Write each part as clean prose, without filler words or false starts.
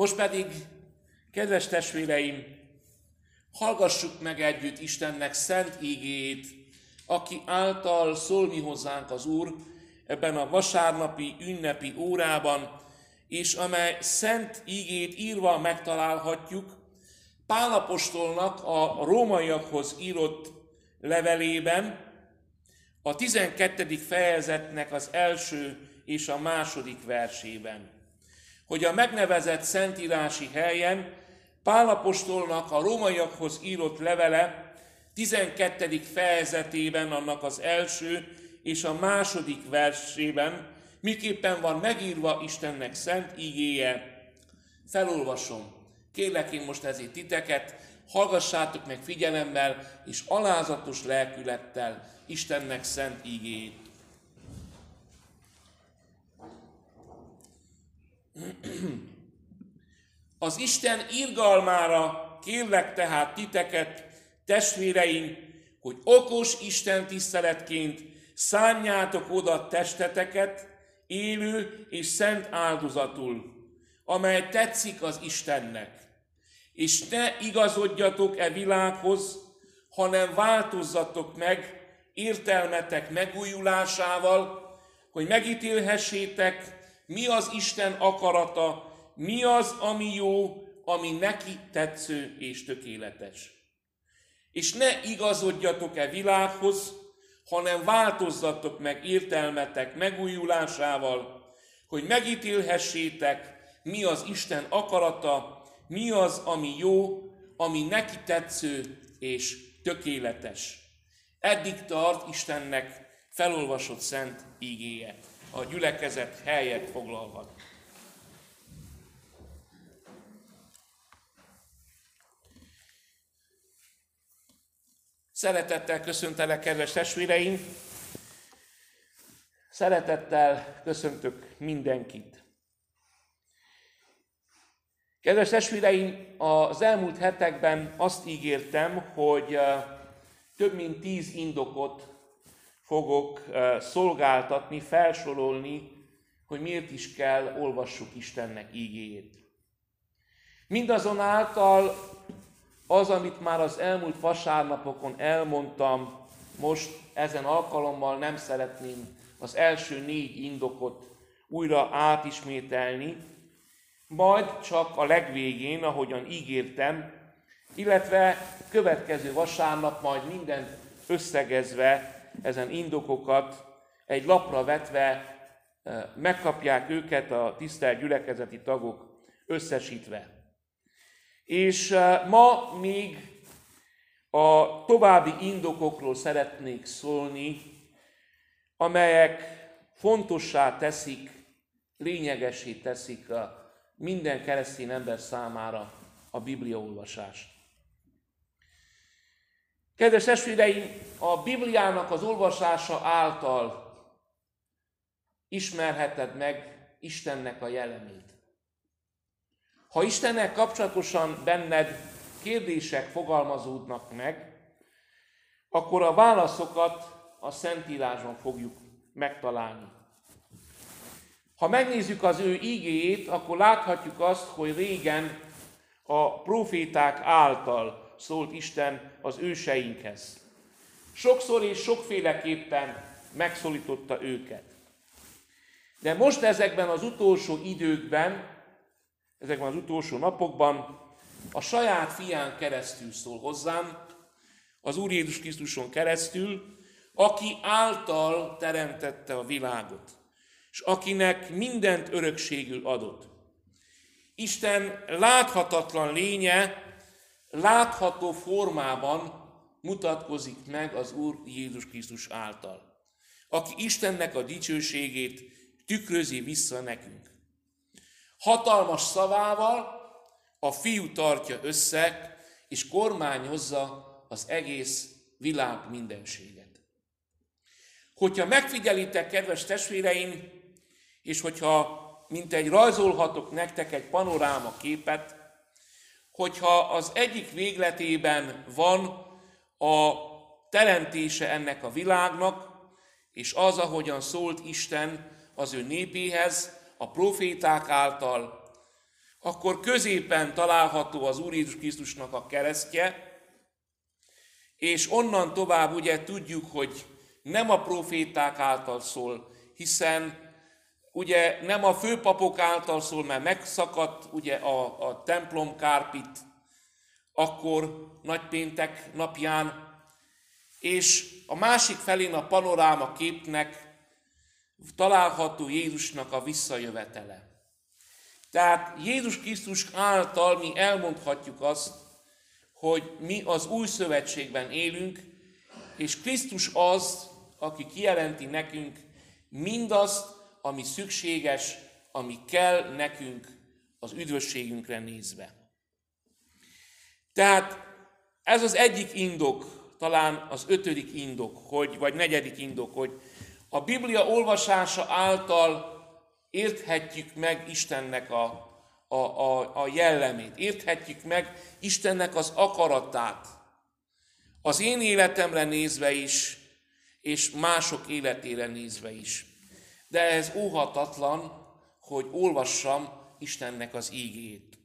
Most pedig, kedves testvéreim, hallgassuk meg együtt Istennek szent ígéjét, aki által szól mi hozzánk az Úr ebben a vasárnapi, ünnepi órában, és amely szent ígét írva megtalálhatjuk Pál apostolnak a rómaiakhoz írott levelében, a 12. fejezetnek az első és a második versében. Hogy a megnevezett szentírási helyen Pál apostolnak a rómaiakhoz írott levele 12. fejezetében, annak az első és a második versében miképpen van megírva Istennek szent ígéje. Felolvasom. Kérlek én most ezért titeket, hallgassátok meg figyelemmel és alázatos lelkülettel Istennek szent ígéjét. Az Isten irgalmára kérlek tehát titeket, testvéreim, hogy okos Isten tiszteletként szánjátok oda testeteket élő és szent áldozatul, amely tetszik az Istennek. És ne igazodjatok e világhoz, hanem változzatok meg értelmetek megújulásával, hogy megítélhessétek, mi az Isten akarata, mi az, ami jó, ami neki tetsző és tökéletes. És ne igazodjatok e világhoz, hanem változzatok meg értelmetek megújulásával, hogy megítélhessétek, mi az Isten akarata, mi az, ami jó, ami neki tetsző és tökéletes. Eddig tart Istennek felolvasott szent ígéje. A gyülekezet helyet foglalhat. Szeretettel köszöntelek, kedves testvéreim! Szeretettel köszöntök mindenkit! Kedves testvéreim, az elmúlt hetekben azt ígértem, hogy több mint 10 indokot fogok szolgáltatni, felsorolni, hogy miért is kell olvassuk Istennek ígéjét. Mindazonáltal az, amit már az elmúlt vasárnapokon elmondtam, most ezen alkalommal nem szeretném az első 4 indokot újra átismételni, majd csak a legvégén, ahogyan ígértem, illetve következő vasárnap majd mindent összegezve, ezen indokokat egy lapra vetve megkapják őket a tisztelt gyülekezeti tagok összesítve. És ma még a további indokokról szeretnék szólni, amelyek fontossá teszik, lényegessé teszik minden keresztény ember számára a Bibliaolvasást. Kedves testvéreim, a Bibliának az olvasása által ismerheted meg Istennek a jellemét. Ha Istennel kapcsolatosan benned kérdések fogalmazódnak meg, akkor a válaszokat a Szentírásban fogjuk megtalálni. Ha megnézzük az ő ígéjét, akkor láthatjuk azt, hogy régen a próféták által szólt Isten az őseinkhez. Sokszor és sokféleképpen megszólította őket. De most ezekben az utolsó időkben, ezekben az utolsó napokban a saját fián keresztül szól hozzám, az Úr Jézus Krisztuson keresztül, aki által teremtette a világot, és akinek mindent örökségül adott. Isten láthatatlan lénye, látható formában mutatkozik meg az Úr Jézus Krisztus által, aki Istennek a dicsőségét tükrözi vissza nekünk. Hatalmas szavával a Fiú tartja össze, és kormányozza az egész világ mindenséget. Hogyha megfigyelitek, kedves testvéreim, és hogyha mintegy rajzolhatok nektek egy panoráma képet, hogyha az egyik végletében van a teremtése ennek a világnak, és az, ahogyan szólt Isten az ő népéhez, a proféták által, akkor középen található az Úr Jézus Krisztusnak a keresztje, és onnan tovább ugye tudjuk, hogy nem a proféták által szól, hiszen ugye nem a főpapok által szól, mert megszakadt ugye a templom kárpit, akkor nagypéntek napján, és a másik felén a panoráma képnek található Jézusnak a visszajövetele. Tehát Jézus Krisztus által mi elmondhatjuk azt, hogy mi az új szövetségben élünk, és Krisztus az, aki kijelenti nekünk mindazt, ami szükséges, ami kell nekünk az üdvösségünkre nézve. Tehát ez az egyik indok, talán az 5. indok, vagy 4. indok, hogy a Biblia olvasása által érthetjük meg Istennek a jellemét, érthetjük meg Istennek az akaratát, az én életemre nézve is, és mások életére nézve is. De ez óhatatlan, hogy olvassam Istennek az ígéjét.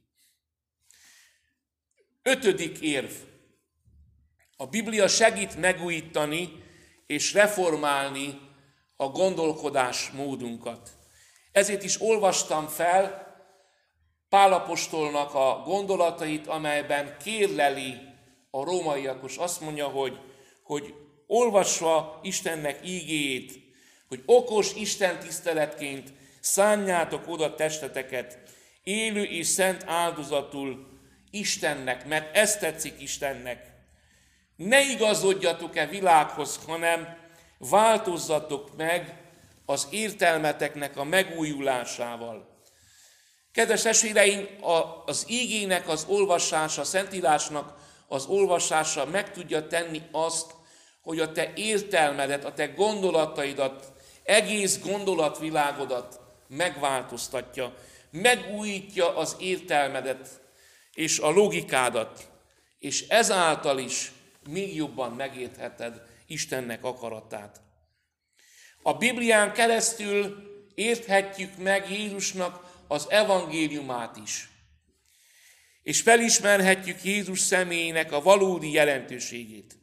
5. érv. A Biblia segít megújítani és reformálni a gondolkodásmódunkat. Ezért is olvastam fel Pál apostolnak a gondolatait, amelyben kérleli a rómaiakos. Azt mondja, hogy olvasva Istennek ígéjét, hogy okos Isten tiszteletként szánjátok oda testeteket, élő és szent áldozatul Istennek, mert ez tetszik Istennek. Ne igazodjatok-e világhoz, hanem változzatok meg az értelmeteknek a megújulásával. Kedves testvéreim, az ígének az olvasása, a Szentírásnak az olvasása meg tudja tenni azt, hogy a te értelmedet, a te gondolataidat, egész gondolatvilágodat megváltoztatja, megújítja az értelmedet és a logikádat, és ezáltal is még jobban megértheted Istennek akaratát. A Biblián keresztül érthetjük meg Jézusnak az evangéliumát is, és felismerhetjük Jézus személyének a valódi jelentőségét.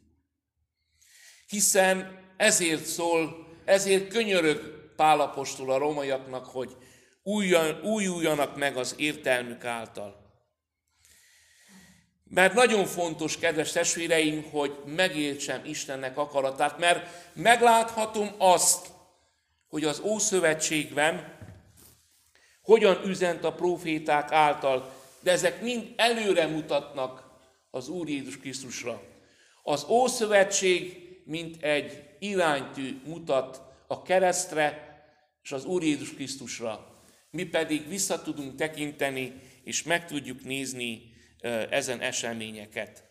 Hiszen ezért szól, ezért könyörög Pál apostol a rómaiaknak, hogy újuljanak meg az értelmük által. Mert nagyon fontos, kedves testvéreim, hogy megértsem Istennek akaratát, mert megláthatom azt, hogy az Ószövetségben hogyan üzent a próféták által, de ezek mind előre mutatnak az Úr Jézus Krisztusra. Az Ószövetség mint egy iránytű mutat a keresztre és az Úr Jézus Krisztusra. Mi pedig vissza tudunk tekinteni, és meg tudjuk nézni ezen eseményeket.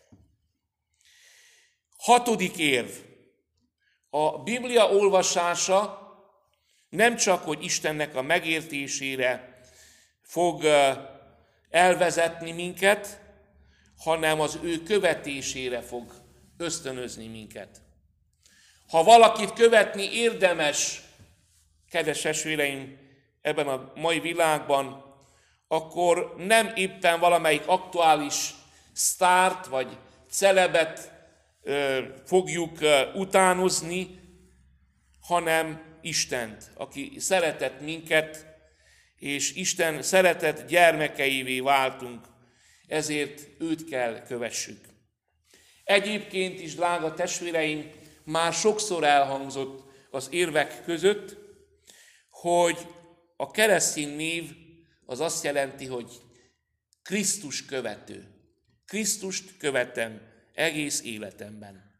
6. érv. A Biblia olvasása nem csak, hogy Istennek a megértésére fog elvezetni minket, hanem az ő követésére fog ösztönözni minket. Ha valakit követni érdemes, kedves testvéreim, ebben a mai világban, akkor nem éppen valamelyik aktuális sztárt vagy celebet fogjuk utánozni, hanem Istent, aki szeretett minket, és Isten szeretett gyermekeivé váltunk, ezért őt kell kövessük. Egyébként is, drága testvéreim, már sokszor elhangzott az érvek között, hogy a keresztény név az azt jelenti, hogy Krisztus követő. Krisztust követem egész életemben.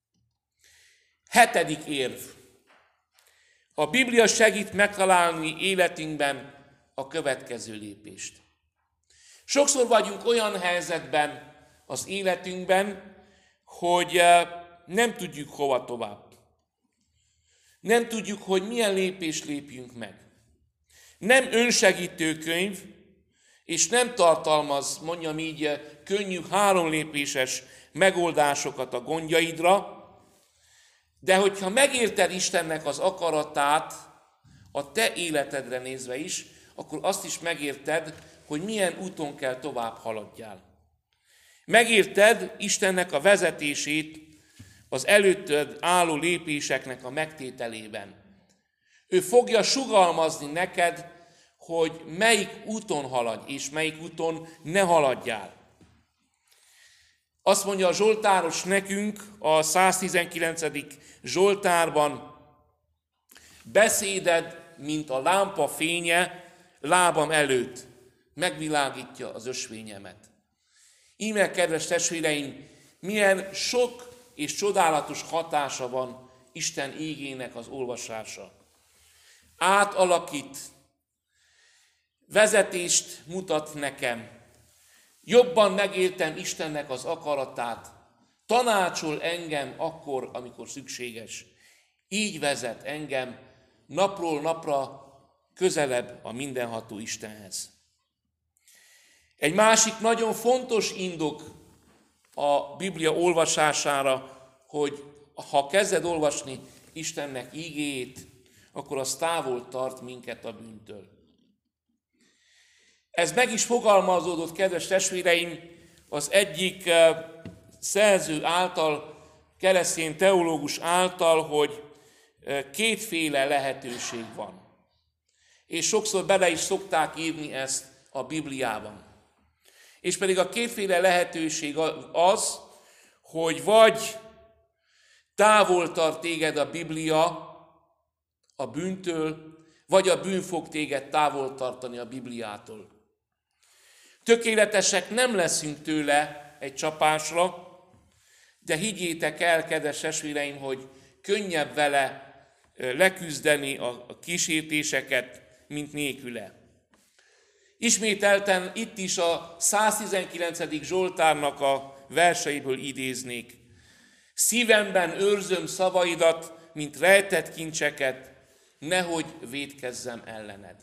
7. érv. A Biblia segít megtalálni életünkben a következő lépést. Sokszor vagyunk olyan helyzetben az életünkben, hogy nem tudjuk hova tovább. Nem tudjuk, hogy milyen lépést lépjünk meg. Nem önsegítő könyv, és nem tartalmaz, mondjam így, könnyű 3 lépéses megoldásokat a gondjaidra, de hogyha megérted Istennek az akaratát a te életedre nézve is, akkor azt is megérted, hogy milyen úton kell tovább haladjál. Megérted Istennek a vezetését az előtted álló lépéseknek a megtételében. Ő fogja sugalmazni neked, hogy melyik úton haladj, és melyik úton ne haladjál. Azt mondja a Zsoltáros nekünk a 119. Zsoltárban, beszéded, mint a lámpa fénye lábam előtt, megvilágítja az ösvényemet. Íme, kedves testvéreim, milyen sok és csodálatos hatása van Isten ígének az olvasása. Átalakít, vezetést mutat nekem, jobban megértem Istennek az akaratát, tanácsol engem akkor, amikor szükséges. Így vezet engem napról napra közelebb a mindenható Istenhez. Egy másik nagyon fontos indok a Biblia olvasására, hogy ha kezded olvasni Istennek ígéjét, akkor az távol tart minket a bűntől. Ez meg is fogalmazódott, kedves testvéreim, az egyik szerző által, keresztény teológus által, hogy kétféle lehetőség van. És sokszor bele is szokták írni ezt a Bibliában. És pedig a kétféle lehetőség az, hogy vagy távol tart téged a Biblia a bűntől, vagy a bűn fog téged távol tartani a Bibliától. Tökéletesek nem leszünk tőle egy csapásra, de higgyétek el, kedves testvéreim, hogy könnyebb vele leküzdeni a kísértéseket, mint nélküle. Ismételten itt is a 119. Zsoltárnak a verseiből idéznék. Szívemben őrzöm szavaidat, mint rejtett kincseket, nehogy vétkezzem ellened.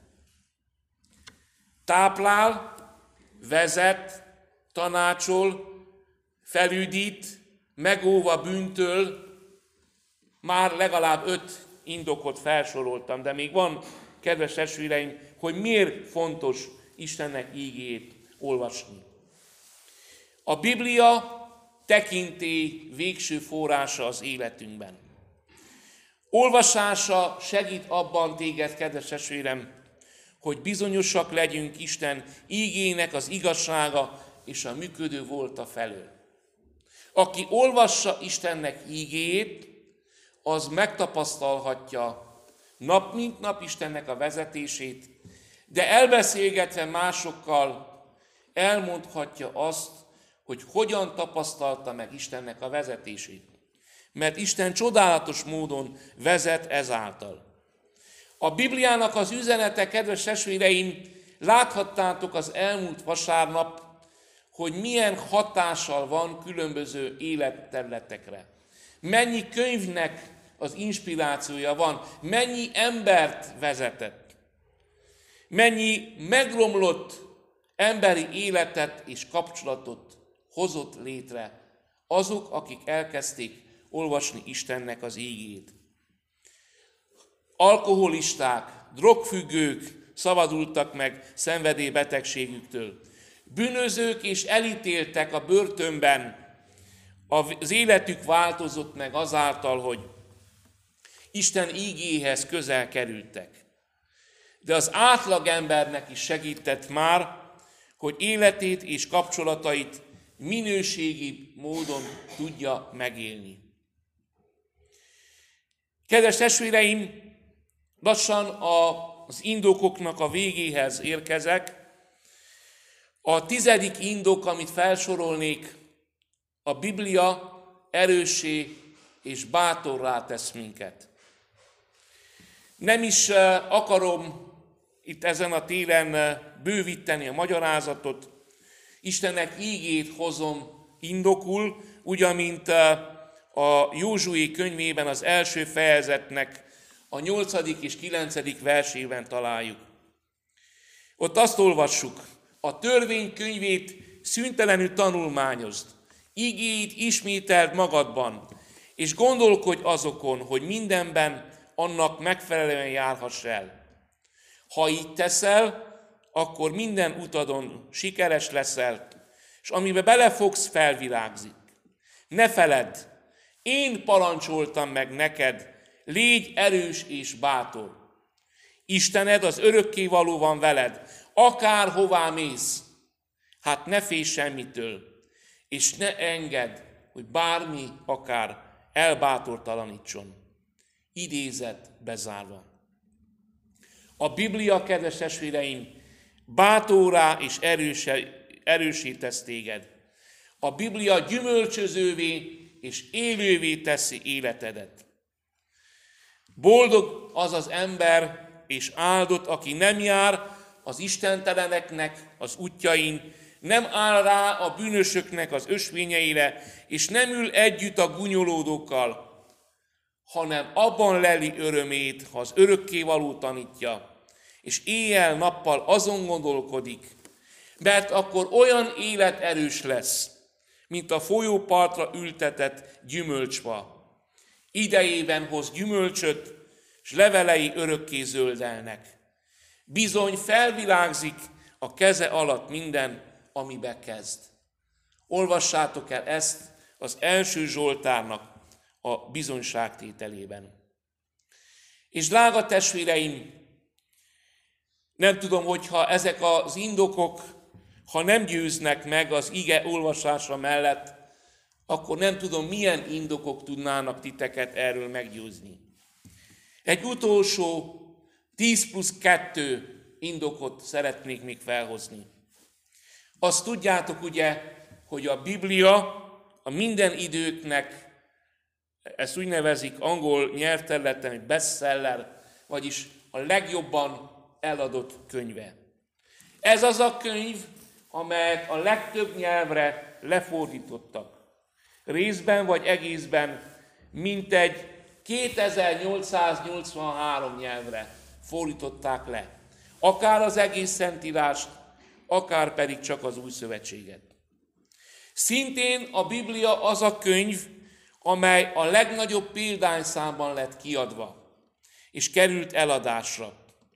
Táplál, vezet, tanácsol, felüdít, megóv a bűntől. Már legalább 5 indokot felsoroltam, de még van, kedves testvéreim, hogy miért fontos Istennek ígéjét olvasni. A Biblia tekintély végső forrása az életünkben. Olvasása segít abban téged, kedves testvérem, hogy bizonyosak legyünk Isten ígének az igazsága és a működő volta felől. Aki olvassa Istennek ígéjét, az megtapasztalhatja nap mint nap Istennek a vezetését, de elbeszélgetve másokkal elmondhatja azt, hogy hogyan tapasztalta meg Istennek a vezetését. Mert Isten csodálatos módon vezet ezáltal. A Bibliának az üzenete, kedves testvéreim, láthattátok az elmúlt vasárnap, hogy milyen hatással van különböző életterületekre. Mennyi könyvnek az inspirációja van, mennyi embert vezetett, mennyi megromlott emberi életet és kapcsolatot hozott létre azok, akik elkezdték olvasni Istennek az ígét. Alkoholisták, drogfüggők szabadultak meg szenvedélybetegségüktől. Bűnözők és elítéltek a börtönben, az életük változott meg azáltal, hogy Isten ígéhez közel kerültek. De az átlagembernek is segített már, hogy életét és kapcsolatait minőségi módon tudja megélni. Kedves testvéreim, lassan az indokoknak a végéhez érkezek. A 10. indok, amit felsorolnék, a Biblia erőssé és bátorrá tesz minket. Nem is akarom itt ezen a téren bővíteni a magyarázatot. Istennek ígét hozom indokul, ugyanint a Józsué könyvében az első fejezetnek a 8. és 9. versében találjuk. Ott azt olvassuk, a törvény könyvét szüntelenül tanulmányozd, igéit ismételd magadban, és gondolkodj azokon, hogy mindenben annak megfelelően járhass el. Ha így teszel, akkor minden utadon sikeres leszel, és amiben belefogsz, felvirágzik. Ne feledd, én parancsoltam meg neked, légy erős és bátor. Istened, az örökkévaló van veled, akárhová mész. Hát ne félj semmitől, és ne engedd, hogy bármi akár elbátortalanítson. Idézet bezárva. A Biblia, kedves testvéreim, bátorrá és erőssé tesz téged. A Biblia gyümölcsözővé és élővé teszi életedet. Boldog az az ember és áldott, aki nem jár az istenteleneknek az útjain, nem áll rá a bűnösöknek az ösvényeire, és nem ül együtt a gúnyolódókkal, hanem abban leli örömét, ha az örökkévaló tanítja, és éjjel-nappal azon gondolkodik, mert akkor olyan életerős lesz, mint a folyópartra ültetett gyümölcsfa. Idejében hoz gyümölcsöt, és levelei örökké zöldelnek. Bizony felvilágzik a keze alatt minden, amibe kezd. Olvassátok el ezt az első Zsoltárnak a bizonyságtételében. És drága testvéreim, nem tudom, hogyha ezek az indokok, ha nem győznek meg az ige olvasása mellett, akkor nem tudom, milyen indokok tudnának titeket erről meggyőzni. Egy utolsó 10+2 indokot szeretnék még felhozni. Azt tudjátok ugye, hogy a Biblia a minden időknek, ezt úgy nevezik angol nyelvterületen, hogy bestseller, vagyis a legjobban eladott könyve. Ez az a könyv, amelyet a legtöbb nyelvre lefordítottak. Részben vagy egészben mintegy 2883 nyelvre fordították le. Akár az egész Szentírást, akár pedig csak az Új Szövetséget. Szintén a Biblia az a könyv, amely a legnagyobb példányszámban lett kiadva, és került eladásra.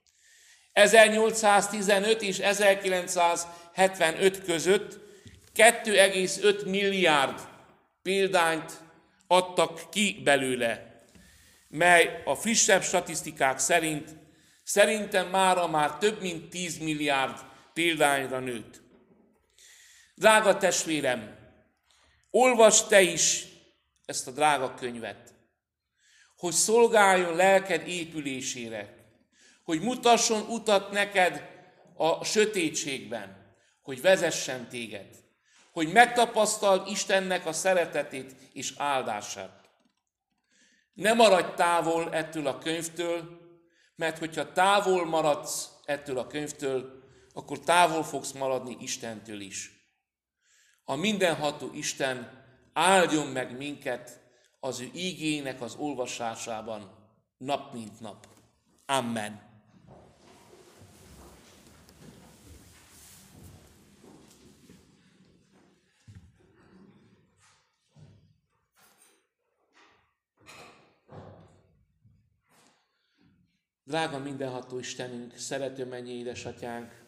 1815 és 1975 között 2,5 milliárd példányt adtak ki belőle, mely a frissebb statisztikák szerint szerintem mára már több mint 10 milliárd példányra nőtt. Drága testvérem, olvasd te is ezt a drága könyvet, hogy szolgáljon lelked épülésére, hogy mutasson utat neked a sötétségben, hogy vezessen téged, hogy megtapasztald Istennek a szeretetét és áldását. Ne maradj távol ettől a könyvtől, mert hogyha távol maradsz ettől a könyvtől, akkor távol fogsz maradni Istentől is. A mindenható Isten áldjon meg minket az ő ígének az olvasásában nap mint nap. Amen. Drága mindenható Istenünk, szerető mennyei édesatyánk,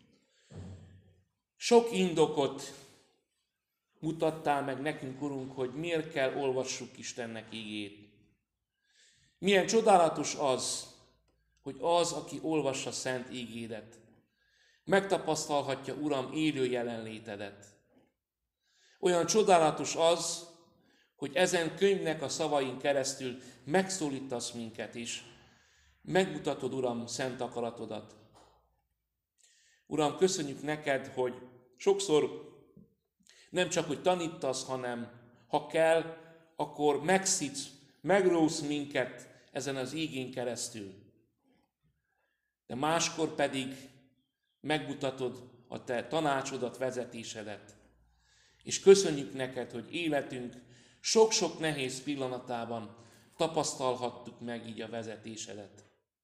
sok indokot mutattál meg nekünk, Urunk, hogy miért kell olvassuk Istennek ígét. Milyen csodálatos az, hogy az, aki olvassa szent ígédet, megtapasztalhatja, Uram, élő jelenlétedet. Olyan csodálatos az, hogy ezen könyvnek a szavain keresztül megszólítasz minket is, megmutatod, Uram, szent akaratodat. Uram, köszönjük neked, hogy sokszor nem csak, hogy tanítasz, hanem ha kell, akkor megszítsz, megrósz minket ezen az ígén keresztül. De máskor pedig megmutatod a te tanácsodat, vezetésedet. És köszönjük neked, hogy életünk sok-sok nehéz pillanatában tapasztalhattuk meg így a vezetésedet.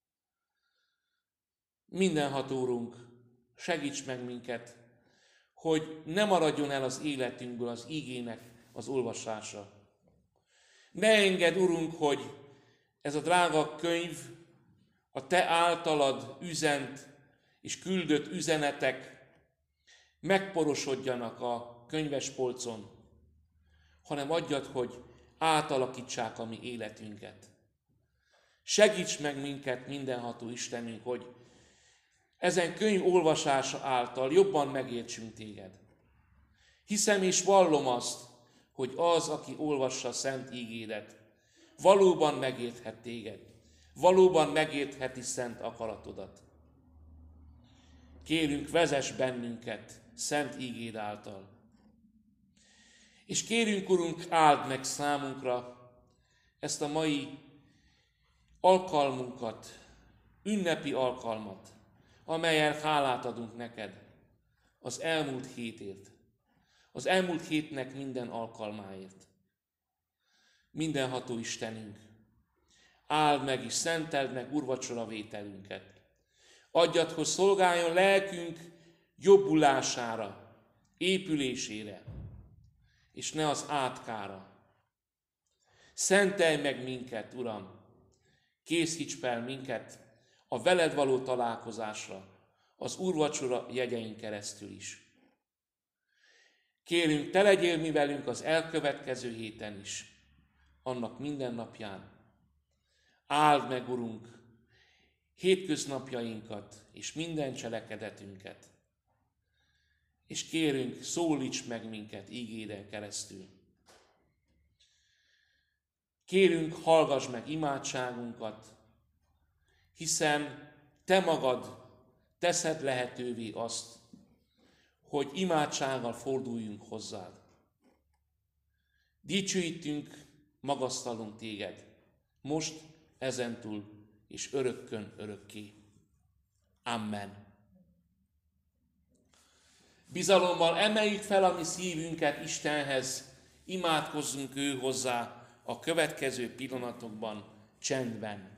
Mindenható Úrunk, segíts meg minket, hogy ne maradjon el az életünkből az ígének az olvasása. Ne engedd, Urunk, hogy ez a drága könyv a te általad üzent és küldött üzenetek megporosodjanak a könyvespolcon, hanem adjad, hogy átalakítsák a mi életünket. Segíts meg minket, mindenható Istenünk, hogy ezen könyv olvasása által jobban megértsünk téged. Hiszem és vallom azt, hogy az, aki olvassa szent ígédet, valóban megérthet téged, valóban megértheti szent akaratodat. Kérünk, vezess bennünket szent ígéd által. És kérünk, Urunk, áld meg számunkra ezt a mai alkalmunkat, ünnepi alkalmat, amelyen hálát adunk neked az elmúlt hétért, az elmúlt hétnek minden alkalmáért. Mindenható Istenünk, áld meg és szenteld meg úrvacsora vételünket. Adjad, hogy szolgáljon lelkünk jobbulására, épülésére, és ne az átkára. Szentelj meg minket, Uram, készíts fel minket a veled való találkozásra, az úrvacsora jegyein keresztül is. Kérünk, te legyél mi velünk az elkövetkező héten is, annak minden napján. Áld meg, Urunk, hétköznapjainkat és minden cselekedetünket. És kérünk, szólíts meg minket ígéden keresztül. Kérünk, hallgass meg imádságunkat, hiszen te magad teszed lehetővé azt, hogy imádsággal forduljunk hozzád. Dicsőítünk, magasztalunk téged, most, ezentúl és örökkön örökké. Amen. Bizalommal emeljük fel a mi szívünket Istenhez, imádkozzunk ő hozzá a következő pillanatokban csendben.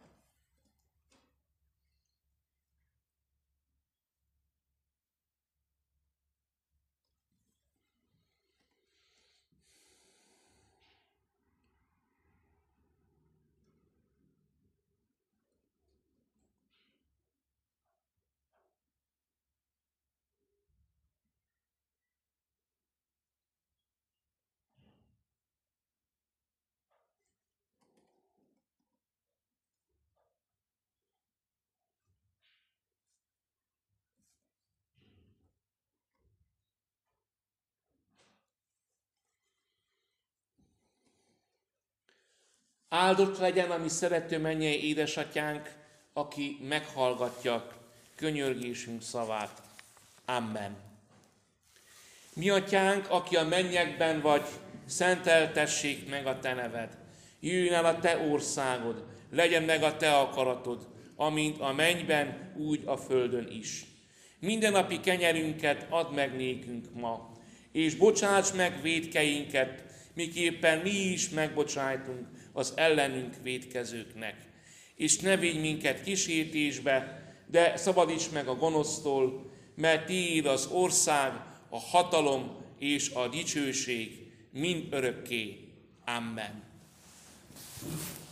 Áldott legyen a mi szerető mennyei édesatyánk, aki meghallgatja könyörgésünk szavát. Amen. Mi atyánk, aki a mennyekben vagy, szenteltessék meg a te neved. Jöjjön el a te országod, legyen meg a te akaratod, amint a mennyben, úgy a földön is. Mindennapi kenyerünket add meg nékünk ma, és bocsáss meg vétkeinket, miképpen mi is megbocsájtunk az ellenünk vétkezőknek. És ne vigy minket kísértésbe, de szabadíts meg a gonosztól, mert tiéd az ország, a hatalom és a dicsőség mind örökké. Amen.